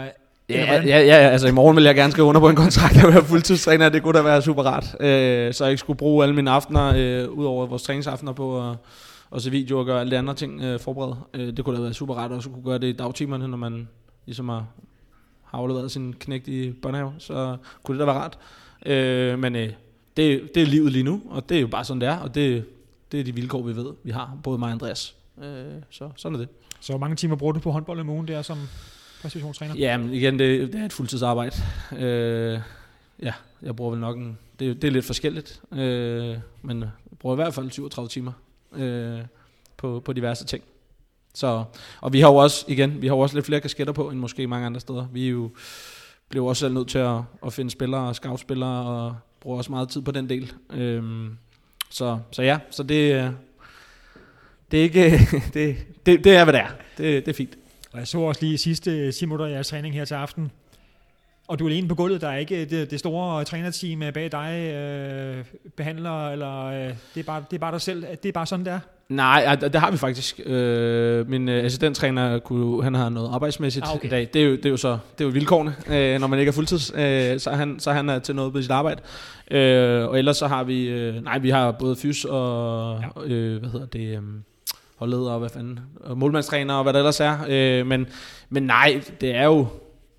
Ja, altså i morgen vil jeg gerne skrive under på en kontrakt og være fuldtidstræner. Det kunne da være super rart. Så jeg ikke skulle bruge alle mine aftener, ud over vores træningsaftener på at se videoer og gøre alle de andre ting forberedt. Det kunne da være super rart, og så kunne gøre det i dagtimerne, når man ligesom har afleveret sin knægt i børnehave. Så kunne det da være rart. Men det er livet lige nu, og det er jo bare sådan det er, og det er de vilkår, vi ved, vi har, både mig og Andreas. Så sådan er det. Så hvor mange timer bruger du på håndbold om ugen, det er som præcisionstræner? Ja, men igen, det er et fuldtidsarbejde. Ja, jeg bruger vel nok det er lidt forskelligt, men jeg bruger i hvert fald 37 timer på diverse ting. Så, og vi har jo også lidt flere kasketter på, end måske mange andre steder. Vi blev også selv nødt til at finde spillere og scoutspillere, og bruger også meget tid på den del. Så det er ikke det er hvad det er. Det er fint. Og jeg så også lige sidste 10 minutter af jeres træning her til aften. Og du er alene på gulvet, der er ikke det store trænerteam bag dig, behandler, eller det er bare dig selv, det er bare sådan, det er? Nej, det har vi faktisk. Min assistenttræner, han har noget arbejdsmæssigt i dag. Det er jo vilkårene, når man ikke er fuldtids, så han er til noget på sit arbejde. Og ellers så har vi, vi har både fys og, holdleder og og målmandstræner og hvad der ellers er. Men nej, det er jo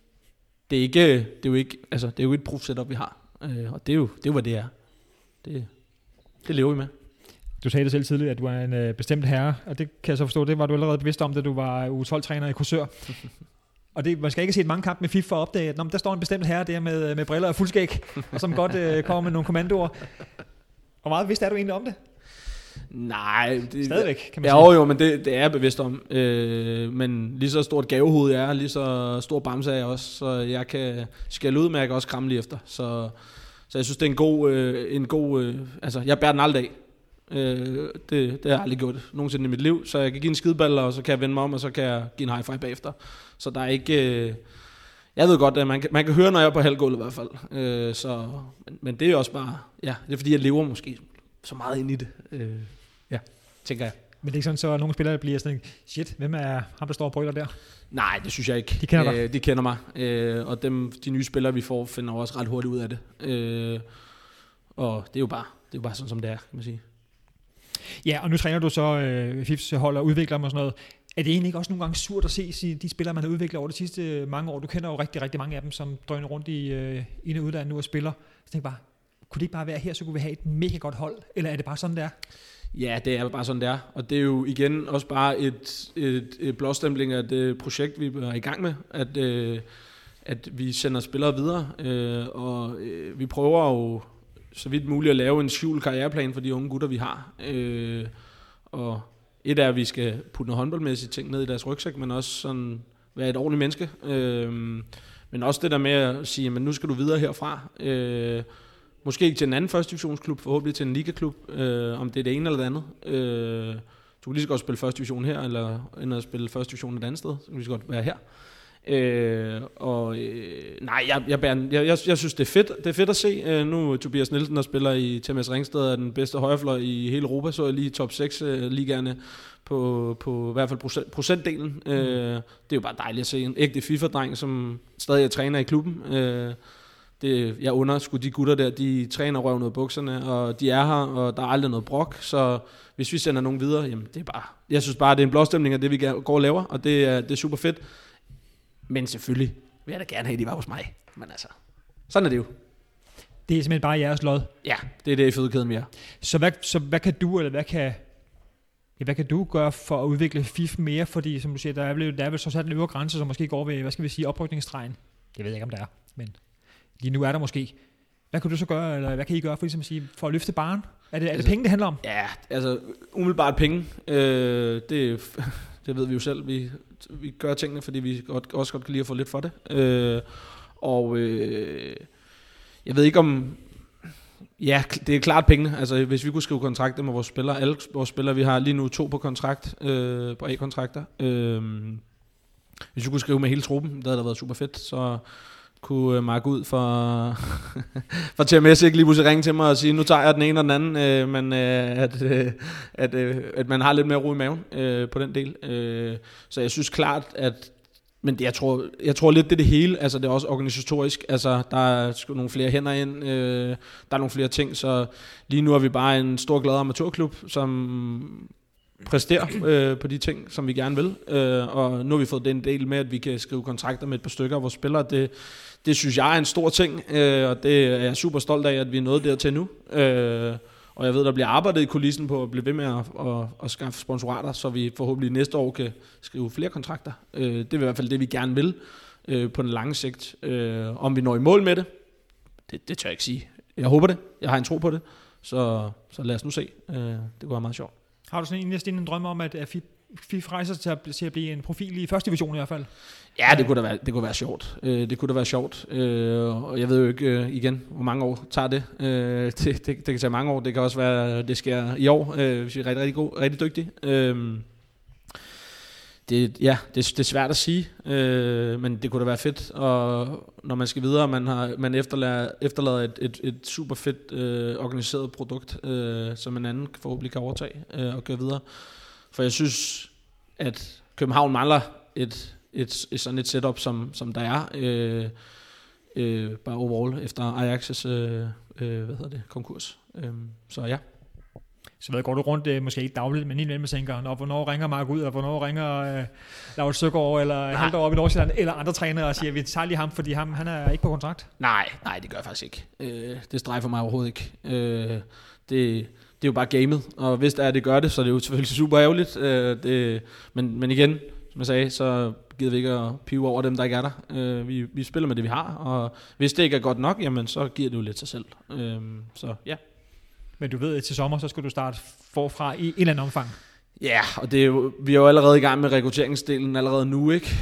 et proof setup vi har. Og det er jo hvad det er. Det lever vi med. Du sagde det selv tidligere, at du er en bestemt herre, og det kan jeg så forstå, det var du allerede bevidst om, da du var U12-træner i Korsør. Og man skal ikke se et mange kampe med FIF for at opdage, at der står en bestemt herre der med briller og fuldskæg, og som godt kommer med nogle kommandoer. Hvor meget bevidst er du egentlig om det? Nej. Stadigvæk, kan man sige. Jo, men det er jeg bevidst om. Men lige så stort gavehoved jeg er, lige så stor bamse er jeg også, så jeg kan skælde ud, men jeg kan også kramme lige efter. Så jeg synes, det er en god jeg bærer den aldrig af. Det har jeg aldrig gjort nogensinde i mit liv, så jeg kan give en skideball, og så kan jeg vende mig om, og så kan jeg give en high five bagefter. Så der er ikke... jeg ved godt, at man kan høre, når jeg er på halvgulvet i hvert fald. Men det er også bare... Ja, det er fordi, jeg lever måske så meget ind i det. Tænker jeg. Men det er ikke sådan, så nogle spillere bliver sådan, shit, hvem er ham, der står og brøler der? Nej, det synes jeg ikke. De kender dig? De kender mig. Og de nye spillere, vi får, finder også ret hurtigt ud af det. Og det er jo bare sådan, som det er, kan man sige. Ja, og nu træner du så FIFs hold og udvikler dem og sådan noget. Er det egentlig ikke også nogle gange surt at se de spillere, man har udviklet over de sidste mange år? Du kender jo rigtig, rigtig mange af dem, som drøner rundt i inde og udlandet nu og spiller. Så tænk bare, kunne det ikke bare være her, så kunne vi have et mega godt hold? Eller er det bare sådan, det er? Ja, det er bare sådan, det er. Og det er jo igen også bare et blåstempling af det projekt, vi er i gang med. At vi sender spillere videre. Og vi prøver jo så vidt muligt at lave en skjult karriereplan for de unge gutter, vi har. Og et er, at vi skal putte noget håndboldmæssigt ting ned i deres rygsæk, men også sådan være et ordentligt menneske. Men også det der med at sige, men nu skal du videre herfra. Måske ikke til en anden første divisionsklub, forhåbentlig til en ligaklub, om det er det ene eller det andet. Du kan lige så godt spille første division her, eller end at spille første division et andet sted, så kan vi så godt være her. Jeg synes det er fedt. Det er fedt at se. Nu Tobias Nielsen, der spiller i TMS Ringsted, er den bedste højrefløj i hele Europa, så er lige top 6 ligaerne på i hvert fald procentdelen. Det er jo bare dejligt at se en ægte FIFA-dreng, som stadig er træner i klubben. Jeg under sgu de gutter der, de træner røven ud af bukserne, og de er her, og der er aldrig noget brok, så hvis vi sender nogen videre, jamen det er bare, jeg synes bare, det er en blåstemning af det, vi går og laver, og det er super fedt. Men selvfølgelig vil jeg da gerne have, at de var hos mig. Men altså, sådan er det jo. Det er simpelthen bare jeres lod. Ja, det er det i fødekæden mere. Så hvad kan du, eller hvad kan du gøre for at udvikle FIF mere? Fordi som du siger, der er vel så sat en øvre grænse, som måske går ved, hvad skal vi sige, oprykningsstregen. Det ved jeg ikke, om der er, men lige nu er der måske. Hvad kan du så gøre, eller hvad kan I gøre for, ligesom at sige, for at løfte barren? Er det penge, det handler om? Ja, altså umiddelbart penge. Det ved vi jo selv. Vi gør tingene, fordi vi også godt kan lide at få lidt for det. Jeg ved ikke om... Ja, det er klart pengene. Altså, hvis vi kunne skrive kontrakter med vores spillere, alle vores spillere, vi har lige nu 2 på kontrakt, på A-kontrakter. Hvis vi kunne skrive med hele truppen, det havde da været super fedt, så kunne Mark ud for TMS ikke lige pludselig ringe til mig og sige, nu tager jeg den ene og den anden, men at man har lidt mere ro i maven på den del. Så jeg synes klart, at Men jeg tror lidt, det er det hele. Altså, det er også organisatorisk. Altså, der er sgu nogle flere hænder ind. Der er nogle flere ting. Så lige nu er vi bare en stor glad amatørklub, som præsterer på de ting, som vi gerne vil. Og nu har vi fået den del med, at vi kan skrive kontrakter med et par stykker af vores spillere. Det synes jeg er en stor ting, og det er jeg super stolt af, at vi er nået dertil nu. Og jeg ved, der bliver arbejdet i kulissen på at blive ved med at skaffe sponsorater, så vi forhåbentlig næste år kan skrive flere kontrakter. Det er i hvert fald det, vi gerne vil på den lange sigt. Om vi når i mål med det tør jeg ikke sige. Jeg håber det. Jeg har en tro på det. Så lad os nu se. Det kunne være meget sjovt. Har du sådan en drøm om, at FIF rejser til at blive en profil i første division i hvert fald? Ja, det kunne være sjovt. Det kunne da være sjovt. Og jeg ved jo ikke igen, hvor mange år tager det. Det kan tage mange år. Det kan også være, det sker i år, hvis vi er rigtig dygtige. Det er svært at sige, men det kunne da være fedt. Og når man skal videre, man efterlader et super fedt organiseret produkt, som en anden forhåbentlig kan overtage og køre videre. For jeg synes, at København mangler sådan et setup, som der er, bare overall efter Ajax's konkurs. Så ja. Så går du rundt, måske ikke dagligt, men indimellem tænker, hvornår ringer Mark ud, og hvornår ringer Laurits Søgaard, eller Haldor op i Nordsjælland, eller andre trænere, og siger, vi tager lige ham, fordi han er ikke på kontrakt? Nej, det gør jeg faktisk ikke. Det strejfer mig overhovedet ikke. Det er jo bare gamet, og hvis det gør det, så er det jo selvfølgelig super ærgerligt. Men igen, som jeg sagde, så gider vi ikke at pive over dem, der ikke er der. Vi spiller med det, vi har, og hvis det ikke er godt nok, jamen så giver det jo lidt sig selv. Så ja. Men du ved, at til sommer, så skal du starte forfra i en eller anden omfang. Ja, og vi er jo allerede i gang med rekrutteringsdelen allerede nu, ikke?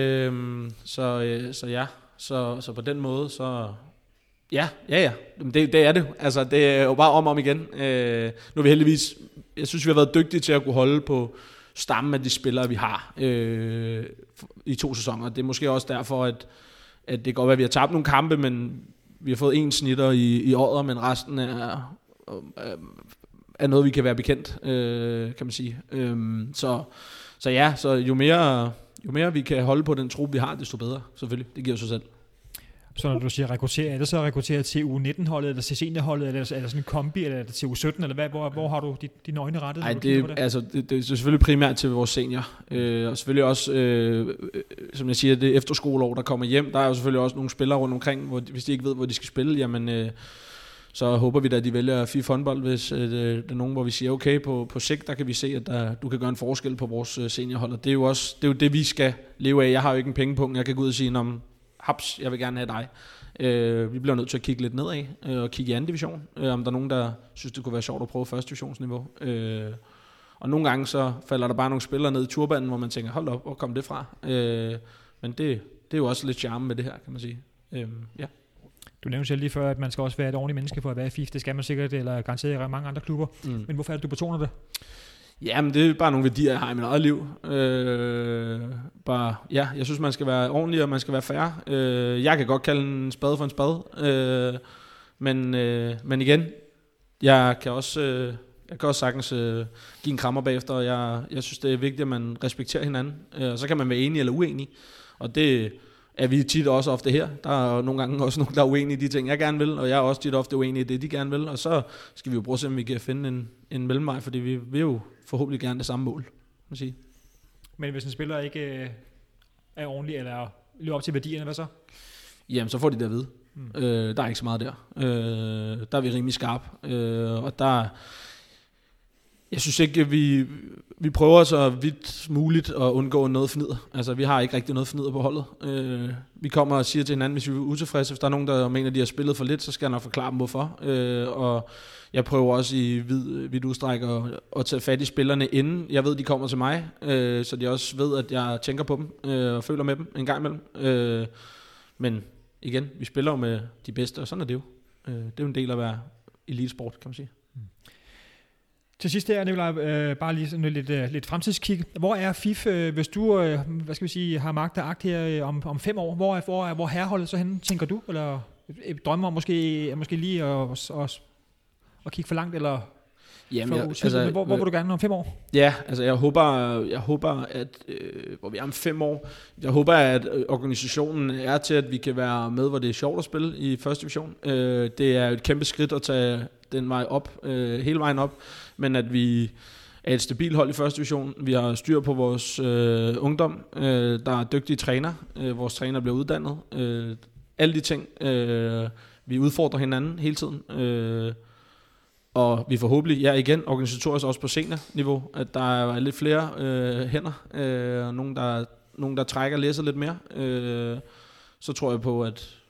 Så på den måde, så ja. Det er det. Altså, det er jo bare om igen. Nu er vi heldigvis, jeg synes, vi har været dygtige til at kunne holde på stammen af de spillere, vi har i 2 sæsoner. Det er måske også derfor, at det kan godt være, at vi har tabt nogle kampe, men vi har fået 1 snitter i året, men resten er noget, vi kan være bekendt, kan man sige. Så jo mere vi kan holde på den trup, vi har, desto bedre, selvfølgelig. Det giver sig selv. Så når du siger rekruttere, er det så rekrutteret til U19-holdet, eller til seniorholdet, eller er det sådan en kombi, eller er det til U17, eller hvor har du dine øjne rettet? Nej, det er selvfølgelig primært til vores senior, og selvfølgelig også, som jeg siger, det efterskoleår, der kommer hjem, der er jo selvfølgelig også nogle spillere rundt omkring, hvor hvis de ikke ved, hvor de skal spille, jamen så håber vi da, at de vælger FIF håndbold, hvis det er nogen, hvor vi siger, okay, på sigt, der kan vi se, at du kan gøre en forskel på vores seniorhold, og det er jo det, vi skal leve af. Jeg har jo ikke en pengepunkt, jeg kan gå ud og sige, haps, jeg vil gerne have dig. Vi bliver nødt til at kigge lidt nedad og kigge i anden division, om der er nogen, der synes, det kunne være sjovt at prøve første divisionsniveau. Og nogle gange så falder der bare nogle spillere ned i turbanen, hvor man tænker, hold op, hvor kom det fra? Men det er jo også lidt charme med det her, kan man sige. Ja. Du nævnte selv lige før, at man skal også være et ordentligt menneske for at være i FIF. Det skal man sikkert, eller garanteret i mange andre klubber. Men hvorfor er det, du betoner det? Jamen, det er bare nogle værdier, jeg har i mit eget liv. Jeg synes, man skal være ordentlig, og man skal være fair. Jeg kan godt kalde en spade for en spade. Men igen, jeg kan også sagtens give en krammer bagefter, og jeg synes, det er vigtigt, at man respekterer hinanden. Og så kan man være enig eller uenig. Og det er vi tit også ofte her. Der er nogle gange også nogen, der er uenige i de ting, jeg gerne vil, og jeg er også tit ofte uenig i det, de gerne vil. Og så skal vi jo prøve at se, om vi kan finde en mellemvej, fordi vi vil jo forhåbentlig gerne det samme mål. Man sige. Men hvis en spiller ikke er ordentlig, eller lever op til værdierne, hvad så? Jamen, så får de det at vide. Der er ikke så meget der. Der er vi rimelig skarp. Og der... Jeg synes ikke, vi prøver så vidt muligt at undgå noget fnider. Altså, vi har ikke rigtig noget fnider på holdet. Vi kommer og siger til hinanden, hvis vi er utilfredse. Hvis der er nogen, der mener, at de har spillet for lidt, så skal jeg nok forklare dem, hvorfor. Og jeg prøver også i vidt udstræk at tage fat i spillerne, inden jeg ved, de kommer til mig. Så de også ved, at jeg tænker på dem og føler med dem en gang imellem. Men igen, vi spiller jo med de bedste, og sådan er det jo. Det er jo en del af at være elitesport, kan man sige. Til sidst her, Nikolaj, bare lige sådan lidt fremtidskig. Hvor er FIF, hvis du har magt og agt her om 5 år? Hvor herholdet så henne, tænker du? Eller drømmer om måske lige at kigge for langt? Eller? Jamen, hvor vil du gerne om 5 år? Ja, altså jeg håber at hvor vi er om 5 år, jeg håber, at organisationen er til, at vi kan være med, hvor det er sjovt at spille i første division. Det er et kæmpe skridt at tage den vej op, hele vejen op, men at vi er et stabilt hold i første division. Vi har styr på vores ungdom, der er dygtige træner, vores træner bliver uddannet, alle de ting, vi udfordrer hinanden hele tiden, og vi forhåbentlig, igen, organisatorisk også på seniorniveau, at der er lidt flere hænder, og nogen der trækker læser lidt mere, så tror jeg på,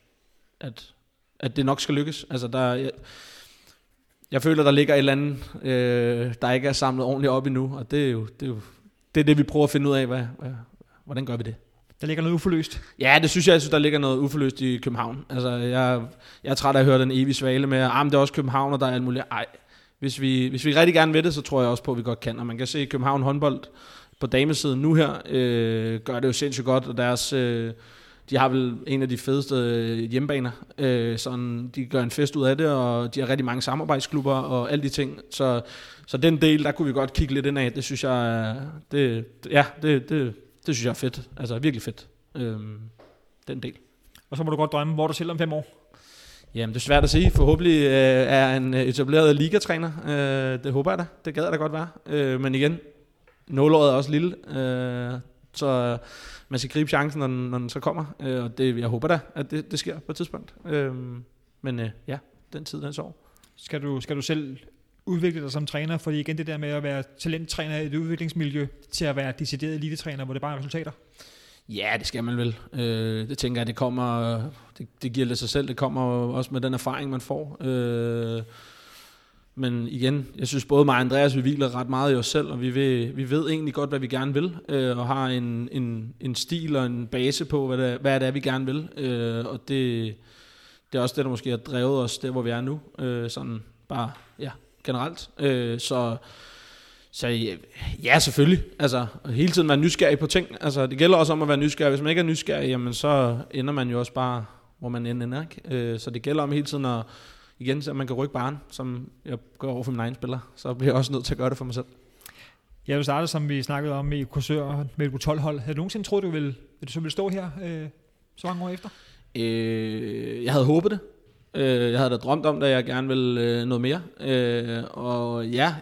at det nok skal lykkes. Altså jeg føler, der ligger et eller andet, der ikke er samlet ordentligt op endnu, og det er det, vi prøver at finde ud af, hvordan gør vi det? Der ligger noget uforløst. Ja, det synes jeg, der ligger noget uforløst i København. Altså, jeg er træt af at høre den evige svale med, det er også København, og der er alt muligt. Ej, hvis vi rigtig gerne vil det, så tror jeg også på, at vi godt kan. Og man kan se København håndbold på damesiden nu her, gør det jo sindssygt godt, og deres... de har vel en af de fedeste hjemmebaner, sådan, de gør en fest ud af det, og de har rigtig mange samarbejdsklubber og alle de ting. Så den del, der kunne vi godt kigge lidt ind af. Det synes jeg, det synes jeg er fedt. Altså virkelig fedt, den del. Og så må du godt drømme, hvor er du selv om 5 år? Jamen, det er svært at sige. Forhåbentlig er en etableret ligatræner. Det håber jeg da. Det gad jeg da godt være. Men igen, nålåret er også lille. Så man skal gribe chancen, når den så kommer. Og jeg håber da, at det sker på et tidspunkt. Men den tid, den sår. Skal du selv udvikle dig som træner? Fordi igen det der med at være talenttræner i et udviklingsmiljø til at være decideret elitetræner, hvor det bare er resultater? Ja, det skal man vel. Det tænker jeg, det kommer... Det giver det sig selv. Det kommer også med den erfaring, man får. Men igen, jeg synes både mig og Andreas, vi hviler ret meget i os selv, og vi ved egentlig godt, hvad vi gerne vil, og har en stil og en base på, hvad det er, vi gerne vil. Og det er også det, der måske har drevet os der, hvor vi er nu. Sådan bare, generelt. Så ja, selvfølgelig. Altså, hele tiden være nysgerrig på ting. Altså, det gælder også om at være nysgerrig. Hvis man ikke er nysgerrig, jamen, så ender man jo også bare, hvor man ender, ikke? Så det gælder om hele tiden at, igen, så man kan rykke barn, som jeg gør over for min egen spiller. Så bliver jeg også nødt til at gøre det for mig selv. Ja, du startede, som vi snakkede om i Korsør med et U12-hold. Havde du nogensinde troet, du ville stå her så mange år efter? Jeg havde håbet det. Jeg havde da drømt om det, at jeg gerne ville noget mere. Og ja,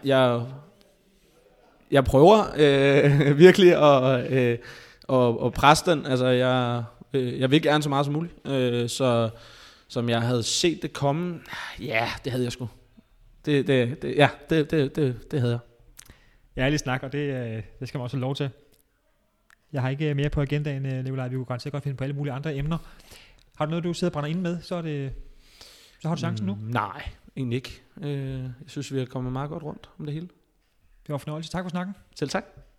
jeg prøver virkelig at presse den. Altså, jeg vil gerne så meget som muligt. Så som jeg havde set det komme, ja, det havde jeg sgu. Det havde jeg. Jeg er lige snak, og det skal man også have lov til. Jeg har ikke mere på agendaen, Nikolaj. Vi kunne garanteret godt finde på alle mulige andre emner. Har du noget, du sidder og brænder ind med, så har du chancen nu? Nej, egentlig ikke. Jeg synes, vi er kommet meget godt rundt om det hele. Det var fornøjelse. Tak for snakken. Selv tak.